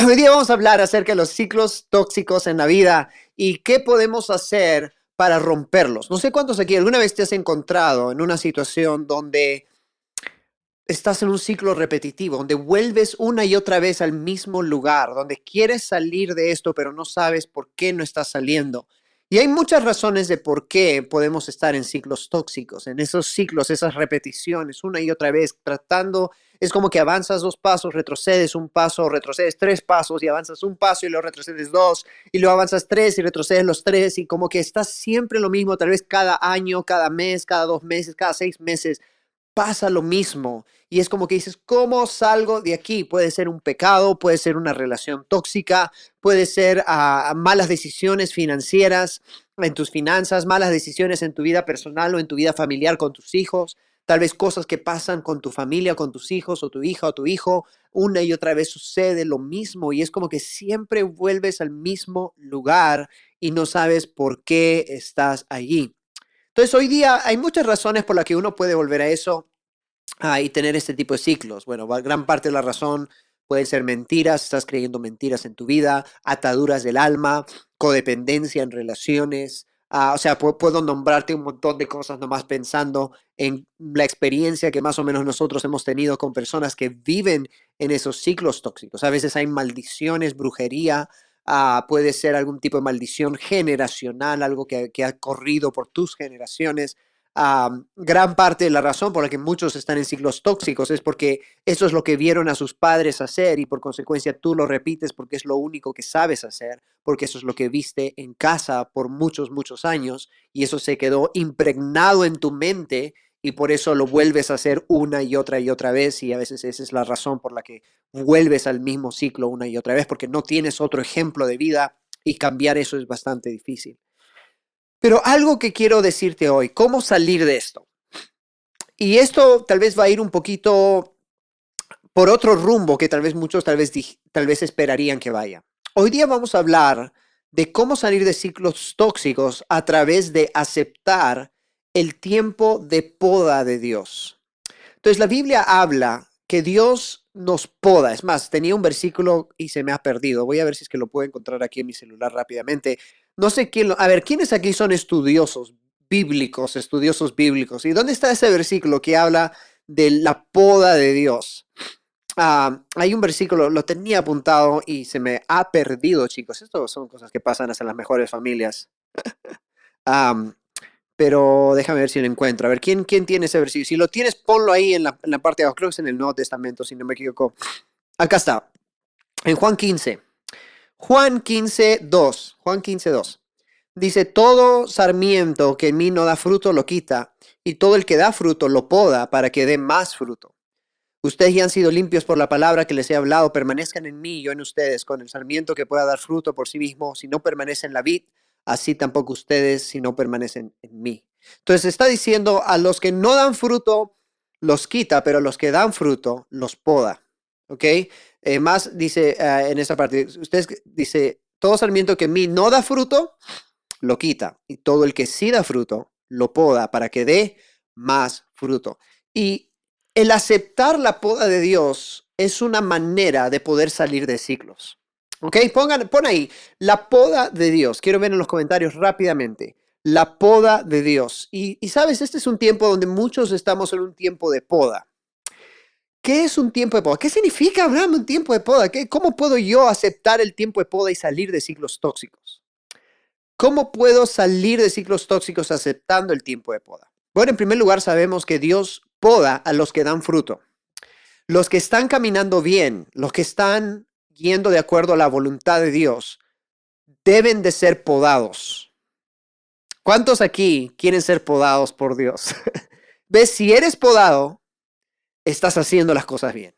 Hoy día vamos a hablar acerca de los ciclos tóxicos en la vida y qué podemos hacer para romperlos. No sé cuántos aquí alguna vez te has encontrado en una situación donde estás en un ciclo repetitivo, donde vuelves una y otra vez al mismo lugar, donde quieres salir de esto, pero no sabes por qué no estás saliendo. Y hay muchas razones de por qué podemos estar en ciclos tóxicos, en esos ciclos, esas repeticiones, una y otra vez, tratando, es como que avanzas 2 pasos, retrocedes un paso, retrocedes 3 pasos y avanzas un paso y luego retrocedes dos y luego avanzas tres y retrocedes los tres y como que estás siempre lo mismo, tal vez cada año, cada mes, cada 2 meses, cada 6 meses pasa lo mismo. Y es como que dices, ¿cómo salgo de aquí? Puede ser un pecado, puede ser una relación tóxica, puede ser malas decisiones financieras en tus finanzas, malas decisiones en tu vida personal o en tu vida familiar con tus hijos, tal vez cosas que pasan con tu familia, con tus hijos o tu hija o tu hijo. Una y otra vez sucede lo mismo y es como que siempre vuelves al mismo lugar y no sabes por qué estás allí. Entonces, hoy día hay muchas razones por las que uno puede volver a eso y tener este tipo de ciclos. Bueno, gran parte de la razón pueden ser mentiras, estás creyendo mentiras en tu vida, ataduras del alma, codependencia en relaciones. O sea, puedo nombrarte un montón de cosas nomás pensando en la experiencia que más o menos nosotros hemos tenido con personas que viven en esos ciclos tóxicos. A veces hay maldiciones, brujería, puede ser algún tipo de maldición generacional, algo que ha corrido por tus generaciones. Gran parte de la razón por la que muchos están en ciclos tóxicos es porque eso es lo que vieron a sus padres hacer y por consecuencia tú lo repites porque es lo único que sabes hacer, porque eso es lo que viste en casa por muchos, muchos años y eso se quedó impregnado en tu mente y por eso lo vuelves a hacer una y otra vez y a veces esa es la razón por la que vuelves al mismo ciclo una y otra vez porque no tienes otro ejemplo de vida y cambiar eso es bastante difícil. Pero algo que quiero decirte hoy, ¿cómo salir de esto? Y esto tal vez va a ir un poquito por otro rumbo que tal vez muchos tal vez esperarían que vaya. Hoy día vamos a hablar de cómo salir de ciclos tóxicos a través de aceptar el tiempo de poda de Dios. Entonces la Biblia habla que Dios nos poda. Es más, tenía un versículo y se me ha perdido. Voy a ver si es que lo puedo encontrar aquí en mi celular rápidamente. No sé quién a ver, ¿quiénes aquí son estudiosos bíblicos? ¿Y dónde está ese versículo que habla de la poda de Dios? Hay un versículo, lo tenía apuntado y se me ha perdido, chicos. Esto son cosas que pasan hasta en las mejores familias. Um, pero déjame ver si lo encuentro. A ver, ¿quién tiene ese versículo? Si lo tienes, ponlo ahí en la parte de abajo. Creo que es en el Nuevo Testamento, si no me equivoco. Acá está, en Juan 15. Juan 15, 2. Juan 15, 2. Dice, todo sarmiento que en mí no da fruto lo quita, y todo el que da fruto lo poda para que dé más fruto. Ustedes ya han sido limpios por la palabra que les he hablado, permanezcan en mí y yo en ustedes, con el sarmiento que pueda dar fruto por sí mismo, si no permanece en la vid, así tampoco ustedes si no permanecen en mí. Entonces está diciendo, a los que no dan fruto, los quita, pero a los que dan fruto, los poda. ¿Ok? Más dice en esa parte, ustedes dice, todo sarmiento que en mí no da fruto, lo quita, y todo el que sí da fruto, lo poda para que dé más fruto. Y el aceptar la poda de Dios es una manera de poder salir de ciclos. ¿Ok? Pon ahí, la poda de Dios. Quiero ver en los comentarios rápidamente. La poda de Dios. Y sabes, este es un tiempo donde muchos estamos en un tiempo de poda. ¿Qué es un tiempo de poda? ¿Qué significa hablar de un tiempo de poda? ¿Cómo puedo yo aceptar el tiempo de poda y salir de ciclos tóxicos? ¿Cómo puedo salir de ciclos tóxicos aceptando el tiempo de poda? Bueno, en primer lugar, sabemos que Dios poda a los que dan fruto. Los que están caminando bien, los que están yendo de acuerdo a la voluntad de Dios, deben de ser podados. ¿Cuántos aquí quieren ser podados por Dios? ¿Ves? Si eres podado, estás haciendo las cosas bien.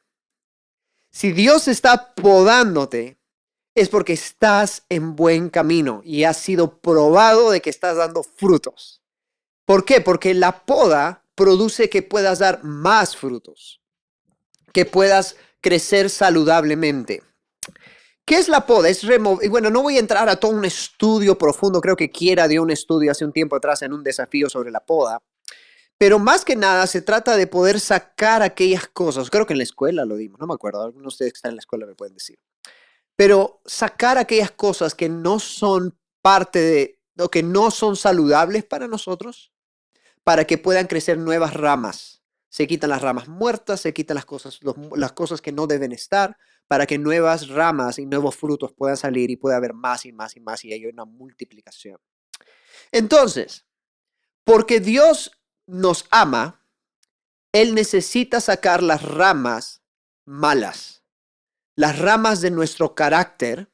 Si Dios está podándote, es porque estás en buen camino y has sido probado de que estás dando frutos. ¿Por qué? Porque la poda produce que puedas dar más frutos, que puedas crecer saludablemente. ¿Qué es la poda? Y bueno, no voy a entrar a todo un estudio profundo, creo que Kiera dio un estudio hace un tiempo atrás en un desafío sobre la poda, pero más que nada se trata de poder sacar aquellas cosas, creo que en la escuela lo dimos, no me acuerdo, algunos de ustedes que están en la escuela me pueden decir. pero sacar aquellas cosas que no son parte de, o que no son saludables para nosotros, para que puedan crecer nuevas ramas. Se quitan las ramas muertas, se quitan las cosas que no deben estar, para que nuevas ramas y nuevos frutos puedan salir y pueda haber más y más y más y hay una multiplicación. Entonces, porque Dios nos ama, Él necesita sacar las ramas malas, las ramas de nuestro carácter,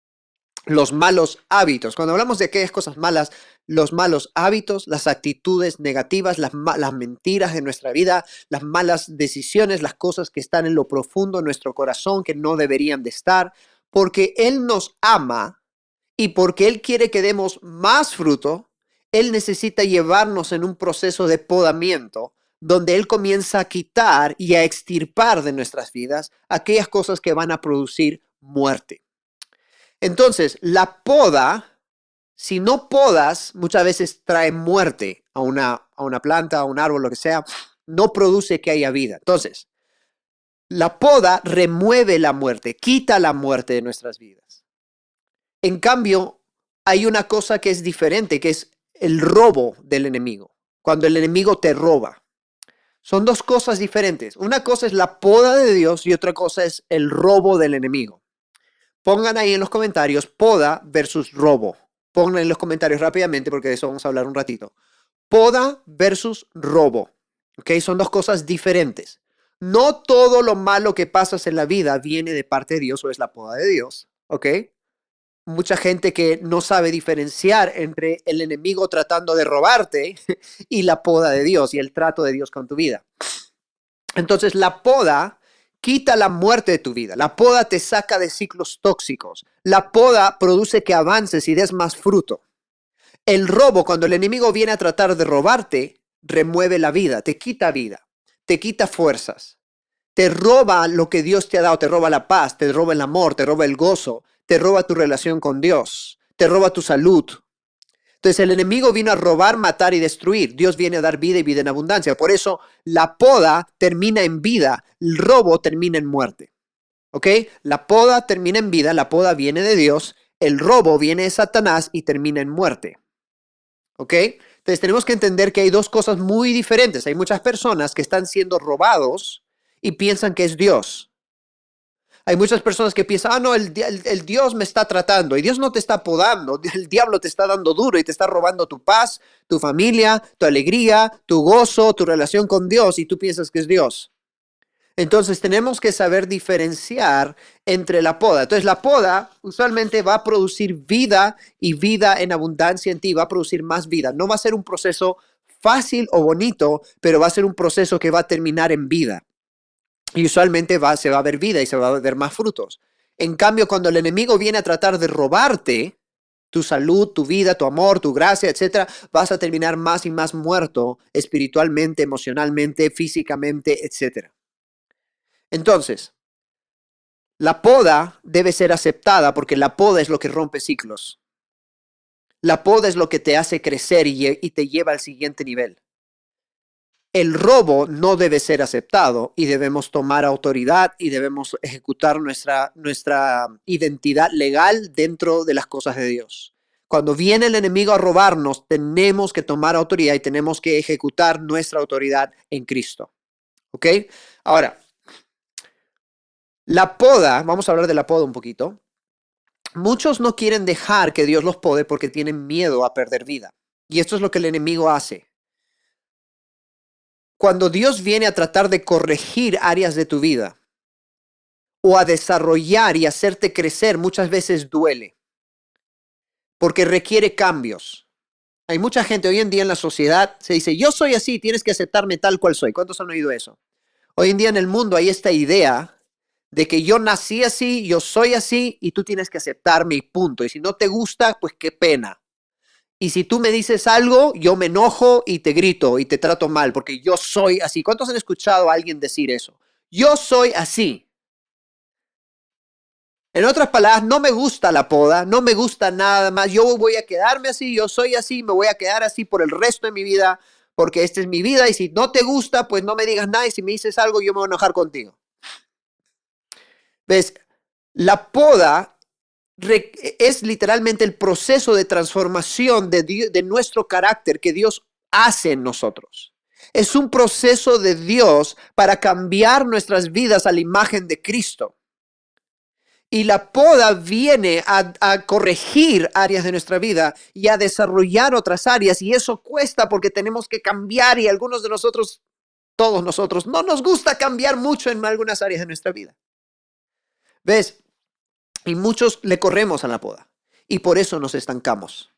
los malos hábitos. Cuando hablamos de aquellas cosas malas, los malos hábitos, las actitudes negativas, las mentiras de nuestra vida, las malas decisiones, las cosas que están en lo profundo de nuestro corazón que no deberían de estar, porque Él nos ama y porque Él quiere que demos más fruto, Él necesita llevarnos en un proceso de podamiento donde Él comienza a quitar y a extirpar de nuestras vidas aquellas cosas que van a producir muerte. Entonces, la poda, si no podas, muchas veces trae muerte a una planta, a un árbol, lo que sea, no produce que haya vida. Entonces, la poda remueve la muerte, quita la muerte de nuestras vidas. En cambio, hay una cosa que es diferente, que es el robo del enemigo. Cuando el enemigo te roba. Son dos cosas diferentes. Una cosa es la poda de Dios y otra cosa es el robo del enemigo. Pongan ahí en los comentarios poda versus robo. Pongan en los comentarios rápidamente porque de eso vamos a hablar un ratito. Poda versus robo. ¿Ok? Son dos cosas diferentes. No todo lo malo que pasas en la vida viene de parte de Dios o es la poda de Dios. ¿Ok? Mucha gente que no sabe diferenciar entre el enemigo tratando de robarte y la poda de Dios y el trato de Dios con tu vida. Entonces la poda quita la muerte de tu vida. La poda te saca de ciclos tóxicos. La poda produce que avances y des más fruto. El robo, cuando el enemigo viene a tratar de robarte, remueve la vida, te quita fuerzas. Te roba lo que Dios te ha dado, te roba la paz, te roba el amor, te roba el gozo, te roba tu relación con Dios, te roba tu salud. Entonces el enemigo vino a robar, matar y destruir. Dios viene a dar vida y vida en abundancia. Por eso la poda termina en vida, el robo termina en muerte. ¿Ok? La poda termina en vida, la poda viene de Dios, el robo viene de Satanás y termina en muerte. ¿Ok? Entonces tenemos que entender que hay dos cosas muy diferentes. Hay muchas personas que están siendo robados y piensan que es Dios. Hay muchas personas que piensan, no, el Dios me está tratando y Dios no te está podando, el diablo te está dando duro y te está robando tu paz, tu familia, tu alegría, tu gozo, tu relación con Dios y tú piensas que es Dios. Entonces tenemos que saber diferenciar entre la poda. Entonces la poda usualmente va a producir vida y vida en abundancia en ti, va a producir más vida. No va a ser un proceso fácil o bonito, pero va a ser un proceso que va a terminar en vida. Y usualmente se va a ver vida y se va a ver más frutos. En cambio, cuando el enemigo viene a tratar de robarte tu salud, tu vida, tu amor, tu gracia, etcétera, vas a terminar más y más muerto espiritualmente, emocionalmente, físicamente, etcétera. Entonces, la poda debe ser aceptada porque la poda es lo que rompe ciclos. La poda es lo que te hace crecer y te lleva al siguiente nivel. El robo no debe ser aceptado y debemos tomar autoridad y debemos ejecutar nuestra identidad legal dentro de las cosas de Dios. Cuando viene el enemigo a robarnos, tenemos que tomar autoridad y tenemos que ejecutar nuestra autoridad en Cristo. ¿Ok? Ahora, la poda, vamos a hablar de la poda un poquito. Muchos no quieren dejar que Dios los pode porque tienen miedo a perder vida. Y esto es lo que el enemigo hace. Cuando Dios viene a tratar de corregir áreas de tu vida o a desarrollar y hacerte crecer, muchas veces duele porque requiere cambios. Hay mucha gente hoy en día en la sociedad, se dice, yo soy así, tienes que aceptarme tal cual soy. ¿Cuántos han oído eso? Hoy en día en el mundo hay esta idea de que yo nací así, yo soy así y tú tienes que aceptarme y punto. Y si no te gusta, pues qué pena. Y si tú me dices algo, yo me enojo y te grito y te trato mal porque yo soy así. ¿Cuántos han escuchado a alguien decir eso? Yo soy así. En otras palabras, no me gusta la poda, no me gusta nada más. Yo voy a quedarme así, yo soy así, me voy a quedar así por el resto de mi vida porque esta es mi vida y si no te gusta, pues no me digas nada y si me dices algo, yo me voy a enojar contigo. ¿Ves? La poda es literalmente el proceso de transformación de nuestro carácter que Dios hace en nosotros. Es un proceso de Dios para cambiar nuestras vidas a la imagen de Cristo. Y la poda viene a corregir áreas de nuestra vida y a desarrollar otras áreas. Y eso cuesta porque tenemos que cambiar y algunos de nosotros, todos nosotros, no nos gusta cambiar mucho en algunas áreas de nuestra vida. ¿Ves? Y muchos le corremos a la poda y por eso nos estancamos.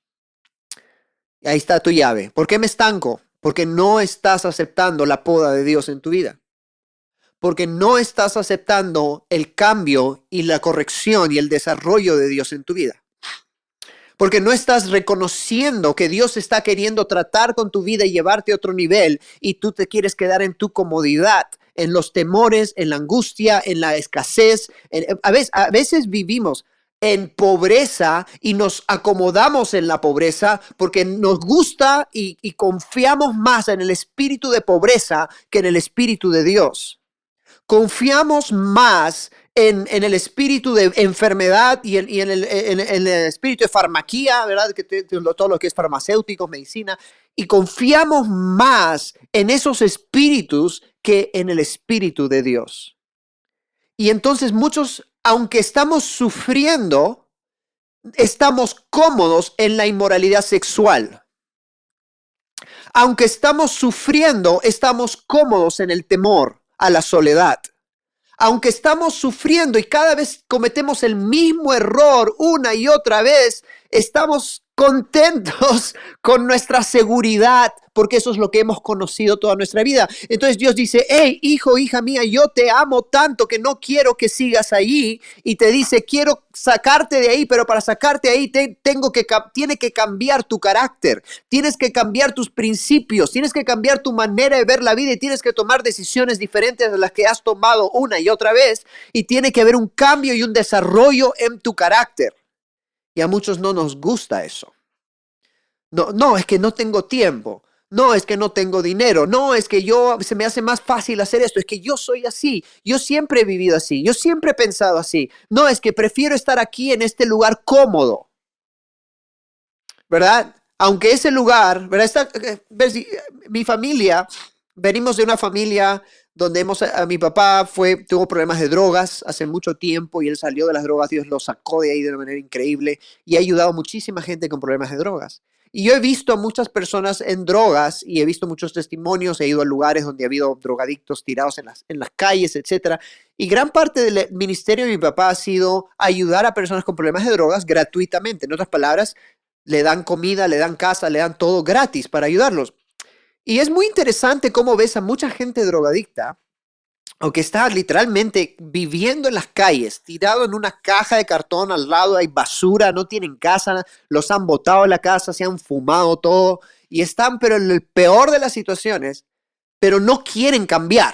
Y ahí está tu llave. ¿Por qué me estanco? Porque no estás aceptando la poda de Dios en tu vida. Porque no estás aceptando el cambio y la corrección y el desarrollo de Dios en tu vida. Porque no estás reconociendo que Dios está queriendo tratar con tu vida y llevarte a otro nivel y tú te quieres quedar en tu comodidad, en los temores, en la angustia, en la escasez. A veces vivimos en pobreza y nos acomodamos en la pobreza porque nos gusta y confiamos más en el espíritu de pobreza que en el espíritu de Dios. Confiamos más en el espíritu de enfermedad y en el espíritu de farmaquía, ¿verdad? Todo lo que es farmacéuticos, medicina. Y confiamos más en esos espíritus que en el espíritu de Dios. Y entonces muchos, aunque estamos sufriendo, estamos cómodos en la inmoralidad sexual. Aunque estamos sufriendo, estamos cómodos en el temor a la soledad. Aunque estamos sufriendo y cada vez cometemos el mismo error una y otra vez, estamos contentos con nuestra seguridad, porque eso es lo que hemos conocido toda nuestra vida. Entonces Dios dice, hey, hijo, hija mía, yo te amo tanto que no quiero que sigas allí. Y te dice, quiero sacarte de ahí, pero para sacarte de ahí tiene que cambiar tu carácter. Tienes que cambiar tus principios, tienes que cambiar tu manera de ver la vida y tienes que tomar decisiones diferentes de las que has tomado una y otra vez. Y tiene que haber un cambio y un desarrollo en tu carácter. Y a muchos no nos gusta eso. No, es que no tengo tiempo. No, es que no tengo dinero. No, es que se me hace más fácil hacer esto. Es que yo soy así. Yo siempre he vivido así. Yo siempre he pensado así. No, es que prefiero estar aquí en este lugar cómodo. ¿Verdad? Aunque ese lugar, ¿verdad? Mi familia, venimos de una familia donde mi papá tuvo problemas de drogas hace mucho tiempo y él salió de las drogas, Dios lo sacó de ahí de una manera increíble y ha ayudado a muchísima gente con problemas de drogas. Y yo he visto a muchas personas en drogas y he visto muchos testimonios, he ido a lugares donde ha habido drogadictos tirados en las calles, etcétera. Y gran parte del ministerio de mi papá ha sido ayudar a personas con problemas de drogas gratuitamente. En otras palabras, le dan comida, le dan casa, le dan todo gratis para ayudarlos. Y es muy interesante cómo ves a mucha gente drogadicta o que está literalmente viviendo en las calles, tirado en una caja de cartón, al lado hay basura, no tienen casa, los han botado de la casa, se han fumado todo y están pero en el peor de las situaciones, pero no quieren cambiar.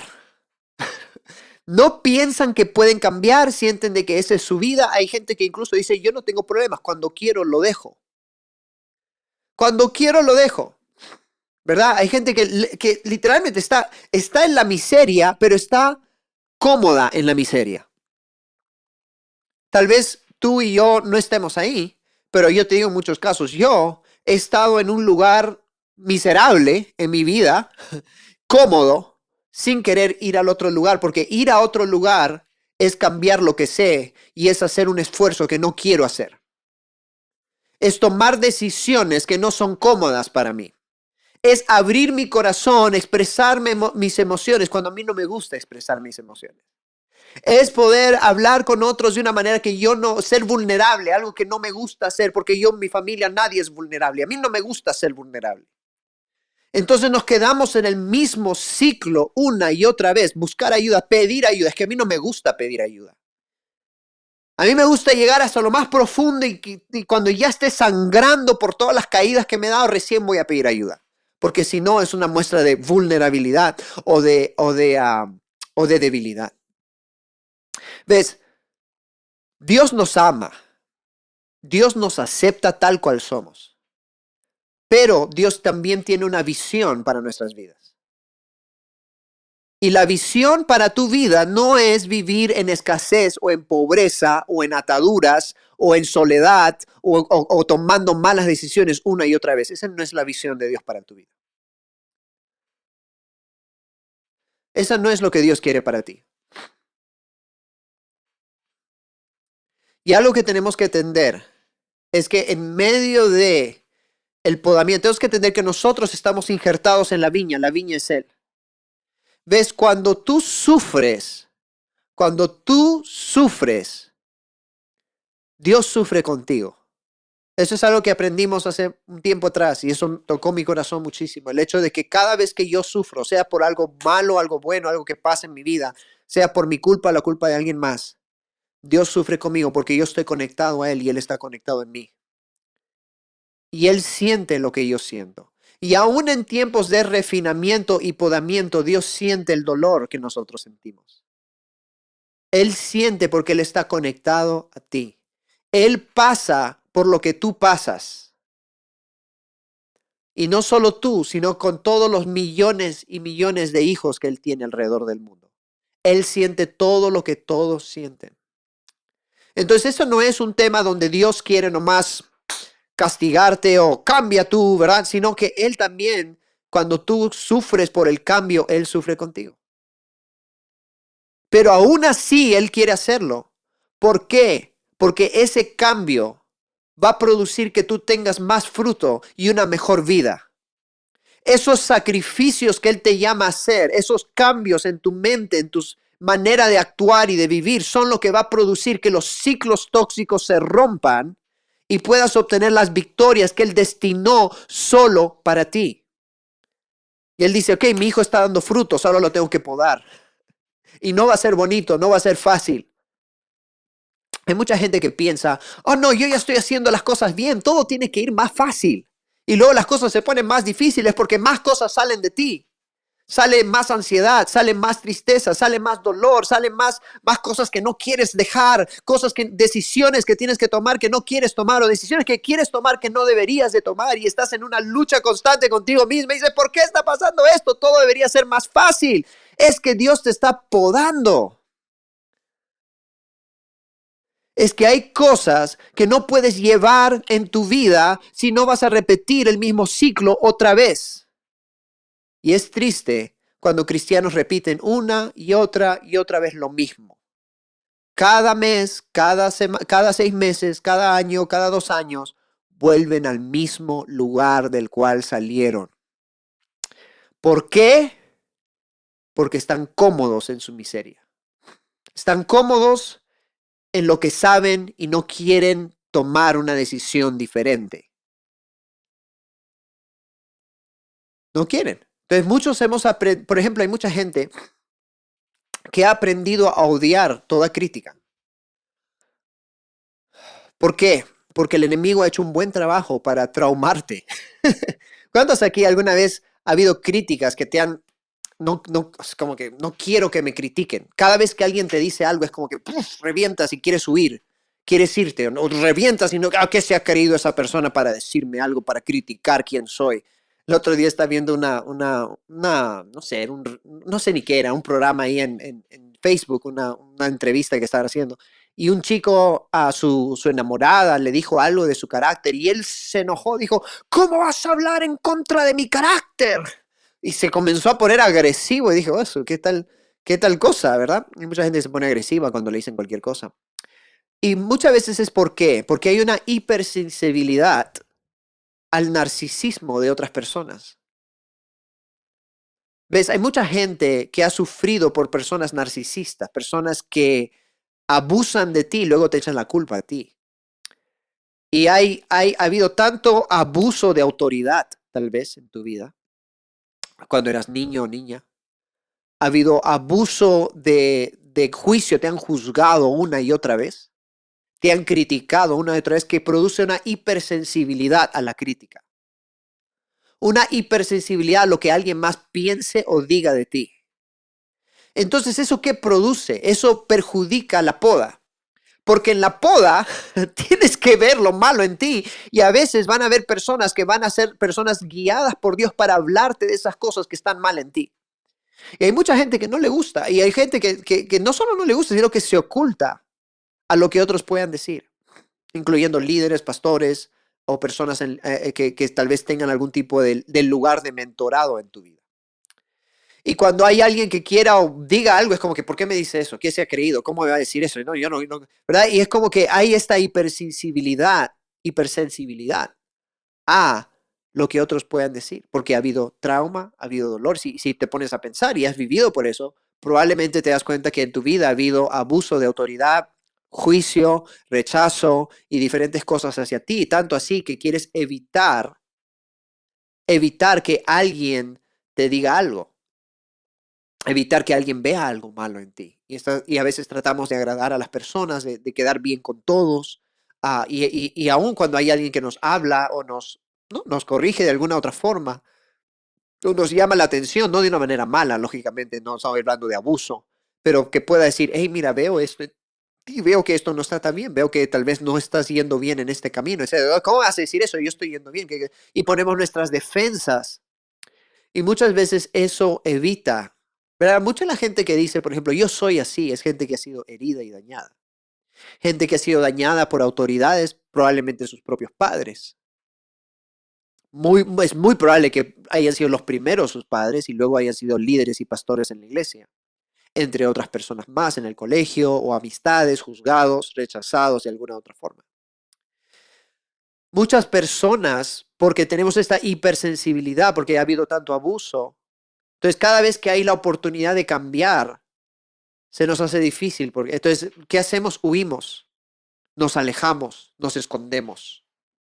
No piensan que pueden cambiar, sienten de que esa es su vida. Hay gente que incluso dice, yo no tengo problemas, cuando quiero lo dejo. Cuando quiero lo dejo. ¿Verdad? Hay gente que literalmente está en la miseria, pero está cómoda en la miseria. Tal vez tú y yo no estemos ahí, pero yo te digo en muchos casos, yo he estado en un lugar miserable en mi vida, cómodo, sin querer ir al otro lugar, porque ir a otro lugar es cambiar lo que sé y es hacer un esfuerzo que no quiero hacer. Es tomar decisiones que no son cómodas para mí. Es abrir mi corazón, expresarme mis emociones cuando a mí no me gusta expresar mis emociones. Es poder hablar con otros de una manera que yo no, ser vulnerable, algo que no me gusta hacer, porque yo en mi familia nadie es vulnerable. A mí no me gusta ser vulnerable. Entonces nos quedamos en el mismo ciclo una y otra vez, buscar ayuda, pedir ayuda. Es que a mí no me gusta pedir ayuda. A mí me gusta llegar hasta lo más profundo y cuando ya esté sangrando por todas las caídas que me he dado, recién voy a pedir ayuda. Porque si no es una muestra de vulnerabilidad o de debilidad. ¿Ves? Dios nos ama. Dios nos acepta tal cual somos. Pero Dios también tiene una visión para nuestras vidas. Y la visión para tu vida no es vivir en escasez o en pobreza o en ataduras o en soledad o tomando malas decisiones una y otra vez. Esa no es la visión de Dios para tu vida. Esa no es lo que Dios quiere para ti. Y algo que tenemos que entender es que en medio de el podamiento, tenemos que entender que nosotros estamos injertados en la viña es Él. ¿Ves? Cuando tú sufres, Dios sufre contigo. Eso es algo que aprendimos hace un tiempo atrás y eso tocó mi corazón muchísimo. El hecho de que cada vez que yo sufro, sea por algo malo, algo bueno, algo que pasa en mi vida, sea por mi culpa o la culpa de alguien más, Dios sufre conmigo porque yo estoy conectado a Él y Él está conectado en mí. Y Él siente lo que yo siento. Y aún en tiempos de refinamiento y podamiento, Dios siente el dolor que nosotros sentimos. Él siente porque Él está conectado a ti. Él pasa por lo que tú pasas. Y no solo tú, sino con todos los millones y millones de hijos que Él tiene alrededor del mundo. Él siente todo lo que todos sienten. Entonces, eso no es un tema donde Dios quiere nomás castigarte o cambia tú, ¿verdad? Sino que Él también, cuando tú sufres por el cambio, Él sufre contigo. Pero aún así Él quiere hacerlo. ¿Por qué? Porque ese cambio va a producir que tú tengas más fruto y una mejor vida. Esos sacrificios que Él te llama a hacer, esos cambios en tu mente, en tu manera de actuar y de vivir, son lo que va a producir que los ciclos tóxicos se rompan y puedas obtener las victorias que Él destinó solo para ti. Y Él dice, ok, mi hijo está dando frutos, ahora lo tengo que podar. Y no va a ser bonito, no va a ser fácil. Hay mucha gente que piensa, oh no, yo ya estoy haciendo las cosas bien, todo tiene que ir más fácil. Y luego las cosas se ponen más difíciles porque más cosas salen de ti. Sale más ansiedad, sale más tristeza, sale más dolor, salen más cosas que no quieres dejar, decisiones que tienes que tomar que no quieres tomar o decisiones que quieres tomar que no deberías de tomar y estás en una lucha constante contigo mismo y dices, ¿por qué está pasando esto? Todo debería ser más fácil. Es que Dios te está podando. Es que hay cosas que no puedes llevar en tu vida si no vas a repetir el mismo ciclo otra vez. Y es triste cuando cristianos repiten una y otra vez lo mismo. Cada mes, cada 6 meses, cada año, cada 2 años, vuelven al mismo lugar del cual salieron. ¿Por qué? Porque están cómodos en su miseria. Están cómodos en lo que saben y no quieren tomar una decisión diferente. No quieren. Entonces muchos hemos aprendido, por ejemplo, hay mucha gente que ha aprendido a odiar toda crítica. ¿Por qué? Porque el enemigo ha hecho un buen trabajo para traumarte. ¿Cuántos aquí alguna vez ha habido críticas que te han, no, es como que no quiero que me critiquen? Cada vez que alguien te dice algo es como que revientas y quieres huir, quieres irte, o revientas y no, ¿qué se ha querido esa persona para decirme algo, para criticar quién soy? El otro día estaba viendo no sé ni qué era, un programa ahí en Facebook, una entrevista que estaban haciendo. Y un chico a su enamorada le dijo algo de su carácter y él se enojó, dijo, ¿cómo vas a hablar en contra de mi carácter? Y se comenzó a poner agresivo y dijo, eso, ¿qué tal cosa, verdad? Y mucha gente se pone agresiva cuando le dicen cualquier cosa. Y muchas veces es ¿por qué? Porque hay una hipersensibilidad al narcisismo de otras personas. ¿Ves? Hay mucha gente que ha sufrido por personas narcisistas, personas que abusan de ti y luego te echan la culpa a ti. Y ha habido tanto abuso de autoridad, tal vez, en tu vida, cuando eras niño o niña. Ha habido abuso de juicio, te han juzgado una y otra vez, te han criticado una y otra vez, que produce una hipersensibilidad a la crítica. Una hipersensibilidad a lo que alguien más piense o diga de ti. Entonces, ¿eso qué produce? Eso perjudica la poda. Porque en la poda tienes que ver lo malo en ti y a veces van a haber personas que van a ser personas guiadas por Dios para hablarte de esas cosas que están mal en ti. Y hay mucha gente que no le gusta, y hay gente que no solo no le gusta, sino que se oculta a lo que otros puedan decir, incluyendo líderes, pastores o personas que tal vez tengan algún tipo de lugar de mentorado en tu vida. Y cuando hay alguien que quiera o diga algo, es como que, ¿por qué me dice eso? ¿Qué se ha creído? ¿Cómo me va a decir eso? No, yo no, ¿verdad? Y es como que hay esta hipersensibilidad a lo que otros puedan decir, porque ha habido trauma, ha habido dolor. Si te pones a pensar y has vivido por eso, probablemente te das cuenta que en tu vida ha habido abuso de autoridad, juicio, rechazo y diferentes cosas hacia ti, tanto así que quieres evitar que alguien te diga algo, evitar que alguien vea algo malo en ti. Y a veces tratamos de agradar a las personas, de quedar bien con todos, y aun cuando hay alguien que nos habla o ¿no? nos corrige de alguna otra forma, o nos llama la atención, no de una manera mala, lógicamente, no estamos hablando de abuso, pero que pueda decir, hey, mira, veo esto, y veo que esto no está tan bien, veo que tal vez no estás yendo bien en este camino. ¿Cómo vas a decir eso? Yo estoy yendo bien. Y ponemos nuestras defensas. Y muchas veces eso evita, ¿verdad? Mucha de la gente que dice, por ejemplo, yo soy así, es gente que ha sido herida y dañada. Gente que ha sido dañada por autoridades, probablemente sus propios padres. Es muy probable que hayan sido los primeros sus padres y luego hayan sido líderes y pastores en la iglesia, entre otras personas más en el colegio o amistades, juzgados, rechazados de alguna otra forma. Muchas personas, porque tenemos esta hipersensibilidad, porque ha habido tanto abuso, entonces cada vez que hay la oportunidad de cambiar, se nos hace difícil. Entonces, ¿qué hacemos? Huimos, nos alejamos, nos escondemos.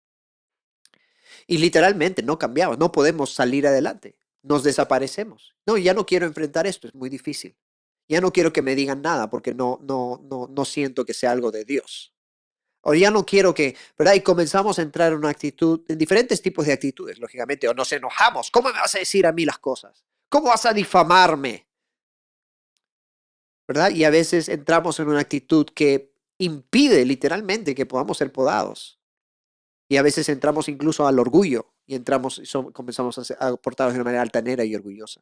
Y literalmente no cambiamos, no podemos salir adelante, nos desaparecemos. No, ya no quiero enfrentar esto, es muy difícil. Ya no quiero que me digan nada porque no siento que sea algo de Dios. O ya no quiero que, ¿verdad? Y comenzamos a entrar en una actitud, en diferentes tipos de actitudes, lógicamente, o nos enojamos. ¿Cómo me vas a decir a mí las cosas? ¿Cómo vas a difamarme? ¿Verdad? Y a veces entramos en una actitud que impide literalmente que podamos ser podados. Y a veces entramos incluso al orgullo y comenzamos a portarnos de una manera altanera y orgullosa.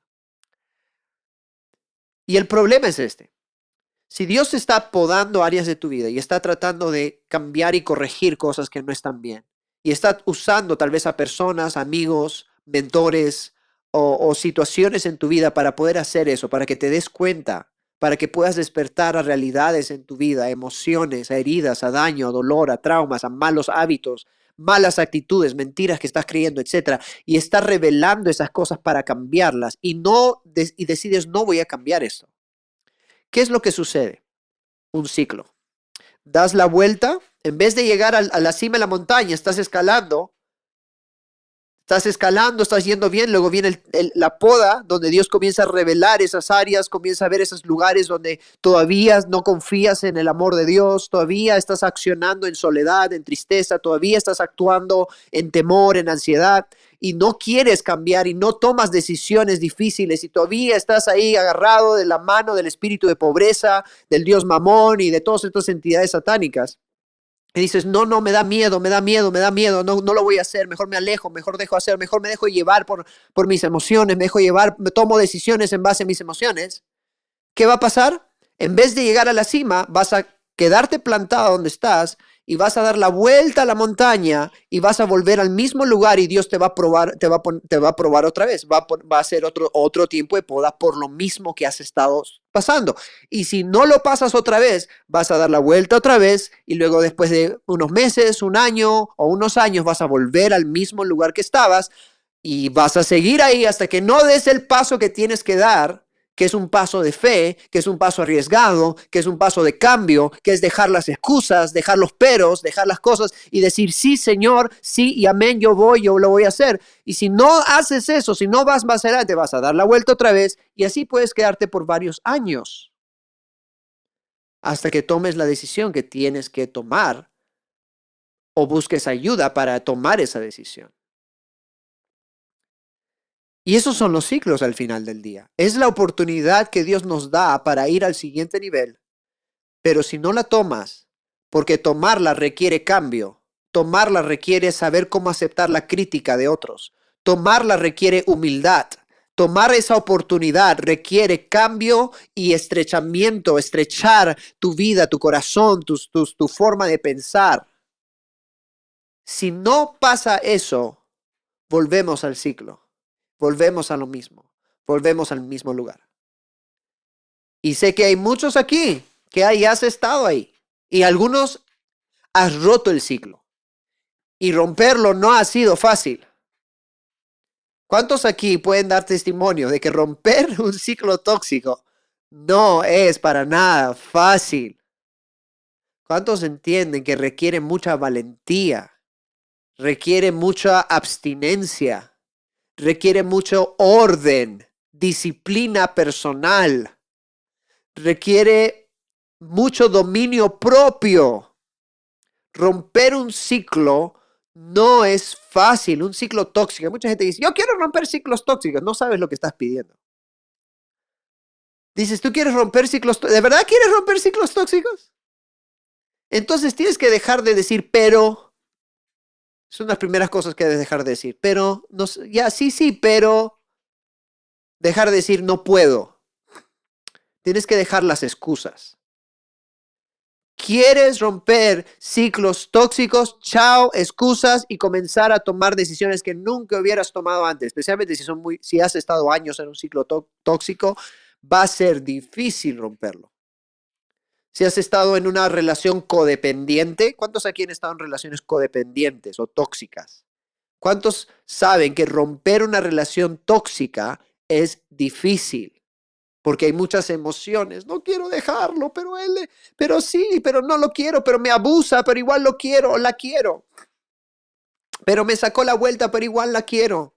Y el problema es este. Si Dios está podando áreas de tu vida y está tratando de cambiar y corregir cosas que no están bien, y está usando tal vez a personas, amigos, mentores o situaciones en tu vida para poder hacer eso, para que te des cuenta, para que puedas despertar a realidades en tu vida, a emociones, a heridas, a daño, a dolor, a traumas, a malos hábitos, malas actitudes, mentiras que estás creyendo, etcétera, y está revelando esas cosas para cambiarlas y decides no voy a cambiar esto. ¿Qué es lo que sucede? Un ciclo. Das la vuelta, en vez de llegar a la cima de la montaña, estás escalando, estás yendo bien, luego viene la poda, donde Dios comienza a revelar esas áreas, comienza a ver esos lugares donde todavía no confías en el amor de Dios, todavía estás accionando en soledad, en tristeza, todavía estás actuando en temor, en ansiedad, y no quieres cambiar y no tomas decisiones difíciles y todavía estás ahí agarrado de la mano del espíritu de pobreza, del Dios Mamón y de todas estas entidades satánicas. Y dices, no, me da miedo, no lo voy a hacer, mejor me alejo, mejor dejo hacer, mejor me dejo llevar por mis emociones, me dejo llevar, me tomo decisiones en base a mis emociones. ¿Qué va a pasar? En vez de llegar a la cima, vas a quedarte plantado donde estás y vas a dar la vuelta a la montaña y vas a volver al mismo lugar y Dios te va a probar, te va a probar otra vez, va a hacer otro tiempo de poda por lo mismo que has estado pasando. Y si no lo pasas otra vez, vas a dar la vuelta otra vez y luego después de unos meses, un año o unos años vas a volver al mismo lugar que estabas y vas a seguir ahí hasta que no des el paso que tienes que dar, que es un paso de fe, que es un paso arriesgado, que es un paso de cambio, que es dejar las excusas, dejar los peros, dejar las cosas y decir, sí, Señor, sí y amén, yo lo voy a hacer. Y si no haces eso, si no vas más adelante, vas a dar la vuelta otra vez y así puedes quedarte por varios años hasta que tomes la decisión que tienes que tomar o busques ayuda para tomar esa decisión. Y esos son los ciclos al final del día. Es la oportunidad que Dios nos da para ir al siguiente nivel. Pero si no la tomas, porque tomarla requiere cambio, tomarla requiere saber cómo aceptar la crítica de otros, tomarla requiere humildad, Tomar esa oportunidad requiere cambio y estrechamiento, estrechar tu vida, tu corazón, tu forma de pensar. Si no pasa eso, volvemos al ciclo, volvemos a lo mismo, volvemos al mismo lugar. Y sé que hay muchos aquí que has estado ahí y algunos has roto el ciclo y romperlo no ha sido fácil. ¿Cuántos aquí pueden dar testimonio de que romper un ciclo tóxico no es para nada fácil? ¿Cuántos entienden que requiere mucha valentía, requiere mucha abstinencia, requiere mucho orden, disciplina personal, requiere mucho dominio propio? Romper un ciclo no es fácil, un ciclo tóxico. Mucha gente dice, yo quiero romper ciclos tóxicos. No sabes lo que estás pidiendo. Dices, ¿tú quieres romper ciclos tóxicos? ¿De verdad quieres romper ciclos tóxicos? Entonces tienes que dejar de decir, pero. Son las primeras cosas que debes dejar de decir. Pero, no, ya, sí, pero. Dejar de decir, no puedo. Tienes que dejar las excusas. ¿Quieres romper ciclos tóxicos? Chao, excusas y comenzar a tomar decisiones que nunca hubieras tomado antes. Especialmente si has estado años en un ciclo tóxico, va a ser difícil romperlo. Si has estado en una relación codependiente, ¿cuántos aquí han estado en relaciones codependientes o tóxicas? ¿Cuántos saben que romper una relación tóxica es difícil? Porque hay muchas emociones. No quiero dejarlo, pero sí, pero no lo quiero, pero me abusa, pero igual lo quiero o la quiero. Pero me sacó la vuelta, pero igual la quiero.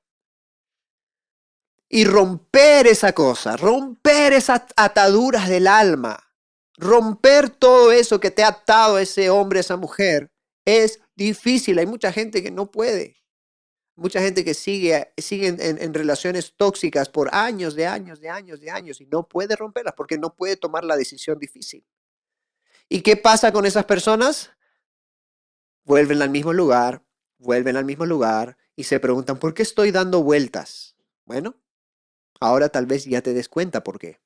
Y romper esa cosa, romper esas ataduras del alma, romper todo eso que te ha atado a ese hombre, a esa mujer, es difícil. Hay mucha gente que no puede. Mucha gente que sigue en relaciones tóxicas por años y no puede romperlas porque no puede tomar la decisión difícil. ¿Y qué pasa con esas personas? Vuelven al mismo lugar y se preguntan, ¿por qué estoy dando vueltas? Bueno, ahora tal vez ya te des cuenta por qué.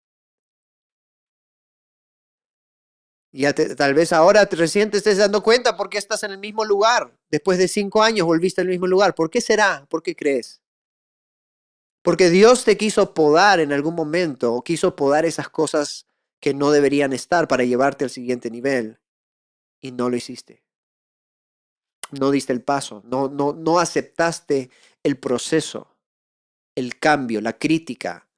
Tal vez ahora recién te estés dando cuenta por qué estás en el mismo lugar. Después de 5 años volviste al mismo lugar. ¿Por qué será? ¿Por qué crees? Porque Dios te quiso podar en algún momento, o quiso podar esas cosas que no deberían estar para llevarte al siguiente nivel, y no lo hiciste. No diste el paso, no aceptaste el proceso, el cambio, la crítica,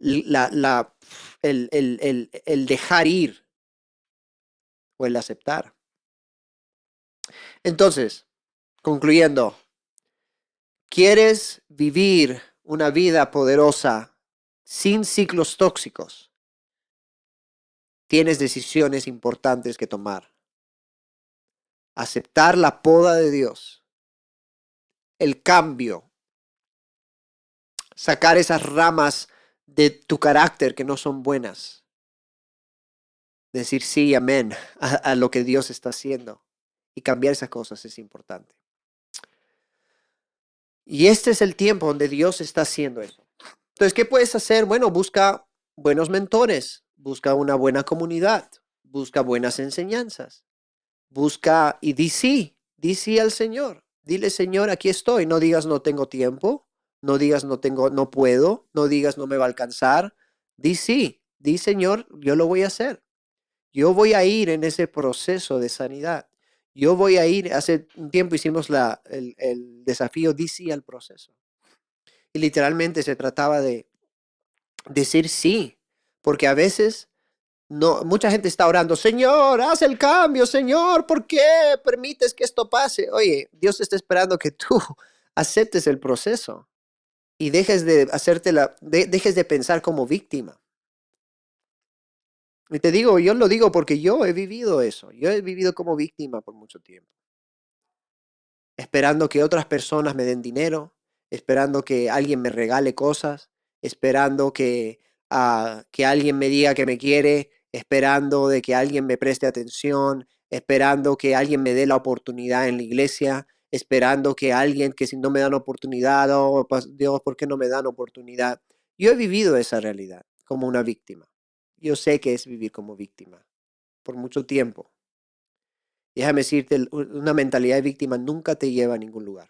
el dejar ir o el aceptar. Entonces, concluyendo, ¿quieres vivir una vida poderosa sin ciclos tóxicos? Tienes decisiones importantes que tomar. Aceptar la poda de Dios, el cambio, sacar esas ramas de tu carácter que no son buenas. Decir sí y amén a lo que Dios está haciendo y cambiar esas cosas es importante. Y este es el tiempo donde Dios está haciendo eso. Entonces, ¿qué puedes hacer? Bueno, busca buenos mentores, busca una buena comunidad, busca buenas enseñanzas, busca y di sí al Señor. Dile, Señor, aquí estoy. No digas no tengo tiempo, no digas no puedo, no digas no me va a alcanzar. Di sí, di Señor, yo lo voy a hacer. Yo voy a ir en ese proceso de sanidad. Yo voy a ir, hace un tiempo hicimos el desafío di sí al proceso. Y literalmente se trataba de decir sí, porque a veces no, mucha gente está orando, Señor, haz el cambio, Señor, ¿por qué permites que esto pase? Oye, Dios está esperando que tú aceptes el proceso y dejes de dejes de pensar como víctima. Y te digo, yo lo digo porque yo he vivido eso. Yo he vivido como víctima por mucho tiempo, esperando que otras personas me den dinero, esperando que alguien me regale cosas, esperando que alguien me diga que me quiere, esperando de que alguien me preste atención, esperando que alguien me dé la oportunidad en la iglesia, esperando que alguien que si no me dan oportunidad, oh, Dios, ¿por qué no me dan oportunidad? Yo he vivido esa realidad como una víctima. Yo sé que es vivir como víctima por mucho tiempo. Déjame decirte, una mentalidad de víctima nunca te lleva a ningún lugar.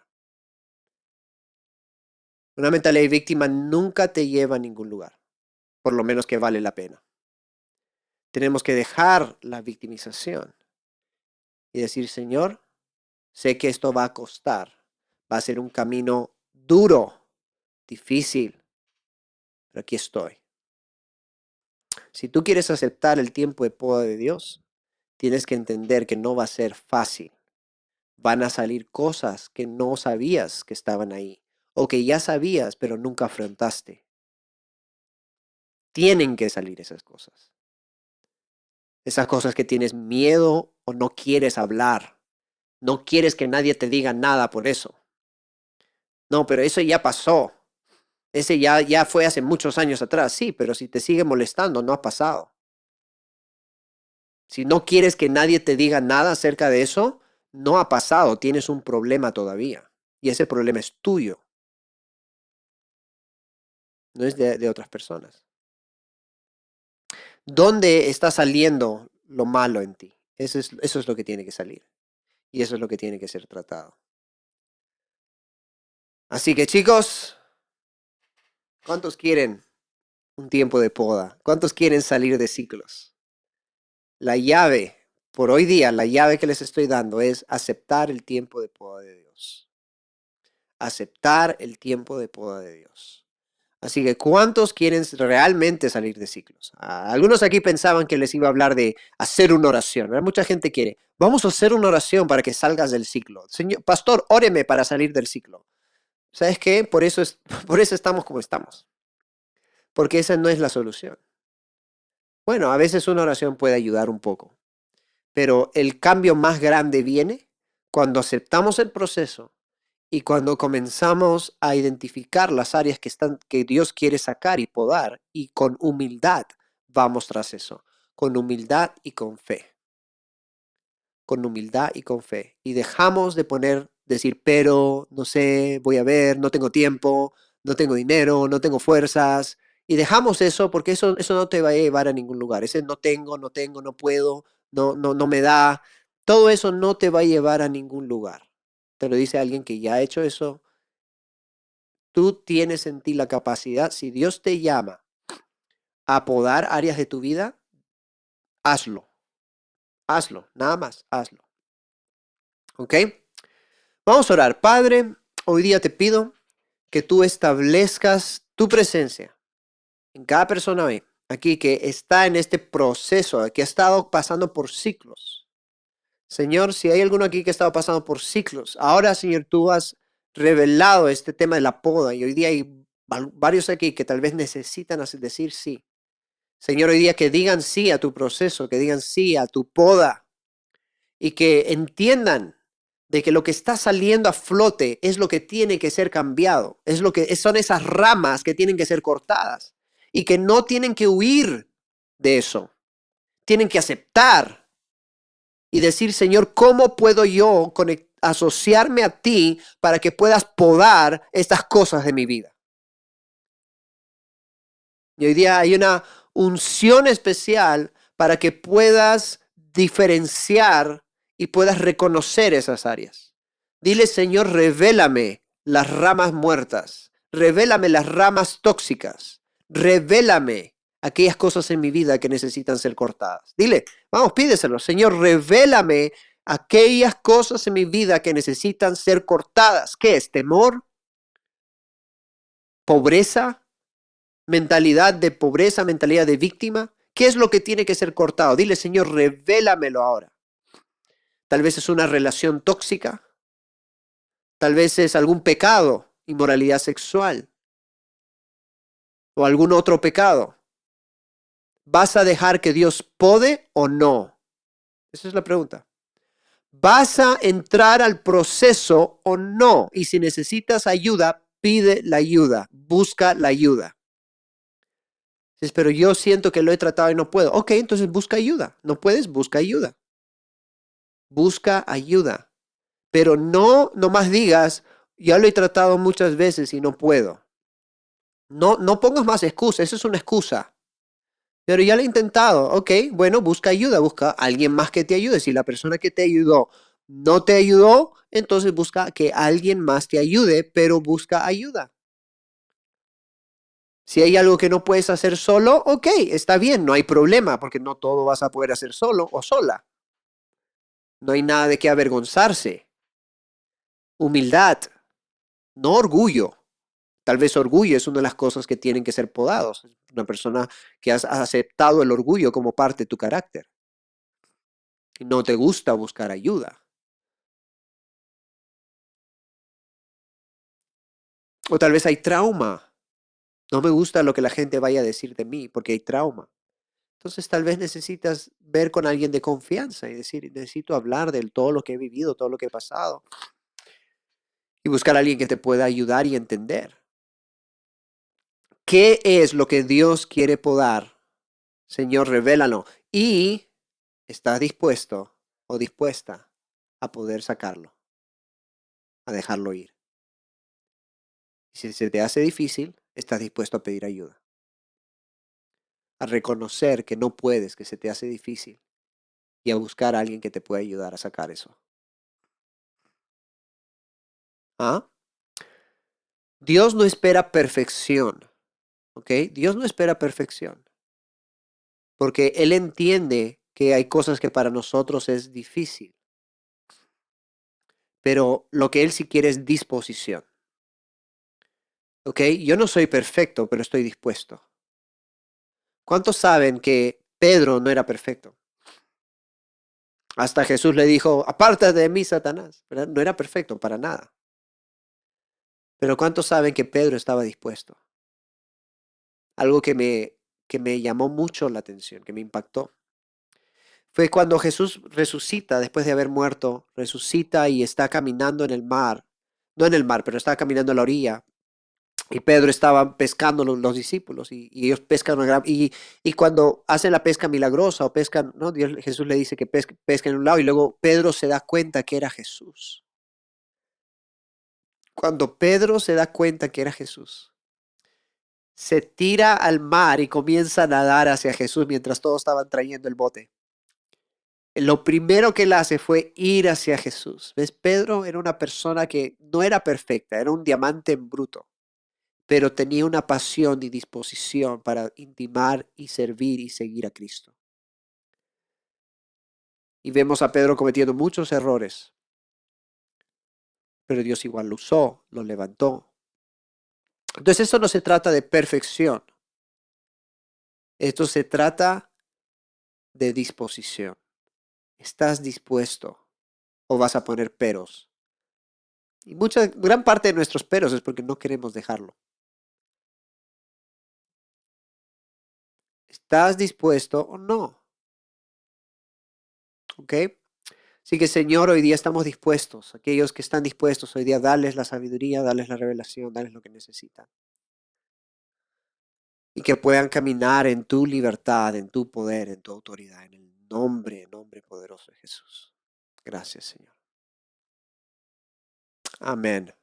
Una mentalidad de víctima nunca te lleva a ningún lugar, por lo menos que vale la pena. Tenemos que dejar la victimización y decir, Señor, sé que esto va a costar, va a ser un camino duro, difícil, pero aquí estoy. Si tú quieres aceptar el tiempo de poda de Dios, tienes que entender que no va a ser fácil. Van a salir cosas que no sabías que estaban ahí o que ya sabías pero nunca afrontaste. Tienen que salir esas cosas. Esas cosas que tienes miedo o no quieres hablar. No quieres que nadie te diga nada por eso. No, pero eso ya pasó. Ese ya fue hace muchos años atrás. Sí, pero si te sigue molestando, no ha pasado. Si no quieres que nadie te diga nada acerca de eso, no ha pasado. Tienes un problema todavía. Y ese problema es tuyo, no es de otras personas. ¿Dónde está saliendo lo malo en ti? Eso es lo que tiene que salir. Y eso es lo que tiene que ser tratado. Así que chicos, ¿cuántos quieren un tiempo de poda? ¿Cuántos quieren salir de ciclos? La llave, por hoy día, la llave que les estoy dando es aceptar el tiempo de poda de Dios. Aceptar el tiempo de poda de Dios. Así que, ¿cuántos quieren realmente salir de ciclos? Algunos aquí pensaban que les iba a hablar de hacer una oración. ¿Verdad? Mucha gente quiere, vamos a hacer una oración para que salgas del ciclo. Señor, pastor, óreme para salir del ciclo. ¿Sabes qué? Por eso estamos como estamos. Porque esa no es la solución. Bueno, a veces una oración puede ayudar un poco, pero el cambio más grande viene cuando aceptamos el proceso y cuando comenzamos a identificar las áreas que Dios quiere sacar y podar, y con humildad vamos tras eso, con humildad y con fe. Con humildad y con fe. Y dejamos de decir, pero, no sé, voy a ver, no tengo tiempo, no tengo dinero, no tengo fuerzas. Y dejamos eso porque eso no te va a llevar a ningún lugar. Ese no tengo, no puedo, no me da. Todo eso no te va a llevar a ningún lugar. Te lo dice alguien que ya ha hecho eso. Tú tienes en ti la capacidad, si Dios te llama a podar áreas de tu vida, hazlo. Hazlo, nada más, hazlo. ¿Ok? Vamos a orar. Padre, hoy día te pido que tú establezcas tu presencia en cada persona hoy, aquí que está en este proceso, que ha estado pasando por ciclos. Señor, si hay alguno aquí que ha estado pasando por ciclos, ahora, Señor, tú has revelado este tema de la poda y hoy día hay varios aquí que tal vez necesitan decir sí. Señor, hoy día que digan sí a tu proceso, que digan sí a tu poda y que entiendan de que lo que está saliendo a flote es lo que tiene que ser cambiado, son esas ramas que tienen que ser cortadas y que no tienen que huir de eso, tienen que aceptar y decir, Señor, ¿cómo puedo yo asociarme a ti para que puedas podar estas cosas de mi vida? Y hoy día hay una unción especial para que puedas diferenciar y puedas reconocer esas áreas. Dile, Señor, revélame las ramas muertas, revélame las ramas tóxicas, revélame aquellas cosas en mi vida que necesitan ser cortadas. Dile, vamos, pídeselo, Señor, revélame aquellas cosas en mi vida que necesitan ser cortadas. ¿Qué es? ¿Temor? ¿Pobreza? ¿Mentalidad de pobreza? ¿Mentalidad de víctima? ¿Qué es lo que tiene que ser cortado? Dile, Señor, revélamelo ahora. Tal vez es una relación tóxica. Tal vez es algún pecado, inmoralidad sexual o algún otro pecado. ¿Vas a dejar que Dios pode o no? Esa es la pregunta. ¿Vas a entrar al proceso o no? Y si necesitas ayuda, pide la ayuda, busca la ayuda. Pero yo siento que lo he tratado y no puedo. Ok, entonces busca ayuda. ¿No puedes? Busca ayuda. Busca ayuda. Pero no nomás digas, ya lo he tratado muchas veces y no puedo. No, no pongas más excusas, eso es una excusa. Pero ya lo he intentado. Ok, bueno, busca ayuda, busca a alguien más que te ayude. Si la persona que te ayudó no te ayudó, entonces busca que alguien más te ayude, pero busca ayuda. Si hay algo que no puedes hacer solo, ok, está bien, no hay problema, porque no todo vas a poder hacer solo o sola. No hay nada de qué avergonzarse. Humildad, no orgullo. Tal vez orgullo es una de las cosas que tienen que ser podados. Una persona que has aceptado el orgullo como parte de tu carácter. Y no te gusta buscar ayuda. O tal vez hay trauma. No me gusta lo que la gente vaya a decir de mí porque hay trauma. Entonces tal vez necesitas ver con alguien de confianza y decir, necesito hablar de todo lo que he vivido, todo lo que he pasado. Y buscar a alguien que te pueda ayudar y entender. ¿Qué es lo que Dios quiere podar? Señor, revélalo. Y estás dispuesto o dispuesta a poder sacarlo, a dejarlo ir. Y si se te hace difícil, estás dispuesto a pedir ayuda, a reconocer que no puedes, que se te hace difícil y a buscar a alguien que te pueda ayudar a sacar eso. ¿Ah? Dios no espera perfección, ¿ok? Dios no espera perfección, porque Él entiende que hay cosas que para nosotros es difícil, pero lo que Él sí quiere es disposición, ¿ok? Yo no soy perfecto, pero estoy dispuesto. ¿Cuántos saben que Pedro no era perfecto? Hasta Jesús le dijo, apártate de mí, Satanás, ¿verdad? No era perfecto para nada. Pero ¿cuántos saben que Pedro estaba dispuesto? Algo que me llamó mucho la atención, que me impactó. Fue cuando Jesús resucita después de haber muerto, resucita y está caminando en el mar, no en el mar, pero estaba caminando a la orilla. Y Pedro estaba pescando los discípulos y ellos pescan y cuando hacen la pesca milagrosa o pescan, ¿no? Jesús le dice que pesca en un lado y luego Pedro se da cuenta que era Jesús. Cuando Pedro se da cuenta que era Jesús, se tira al mar y comienza a nadar hacia Jesús mientras todos estaban trayendo el bote. Lo primero que él hace fue ir hacia Jesús. ¿Ves? Pedro era una persona que no era perfecta, era un diamante en bruto, pero tenía una pasión y disposición para intimar y servir y seguir a Cristo. Y vemos a Pedro cometiendo muchos errores, pero Dios igual lo usó, lo levantó. Entonces esto no se trata de perfección, esto se trata de disposición. ¿Estás dispuesto o vas a poner peros? Y gran parte de nuestros peros es porque no queremos dejarlo. ¿Estás dispuesto o no? ¿Ok? Así que Señor, hoy día estamos dispuestos. Aquellos que están dispuestos hoy día, darles la sabiduría, darles la revelación, darles lo que necesitan. Y que puedan caminar en tu libertad, en tu poder, en tu autoridad, en el nombre poderoso de Jesús. Gracias, Señor. Amén.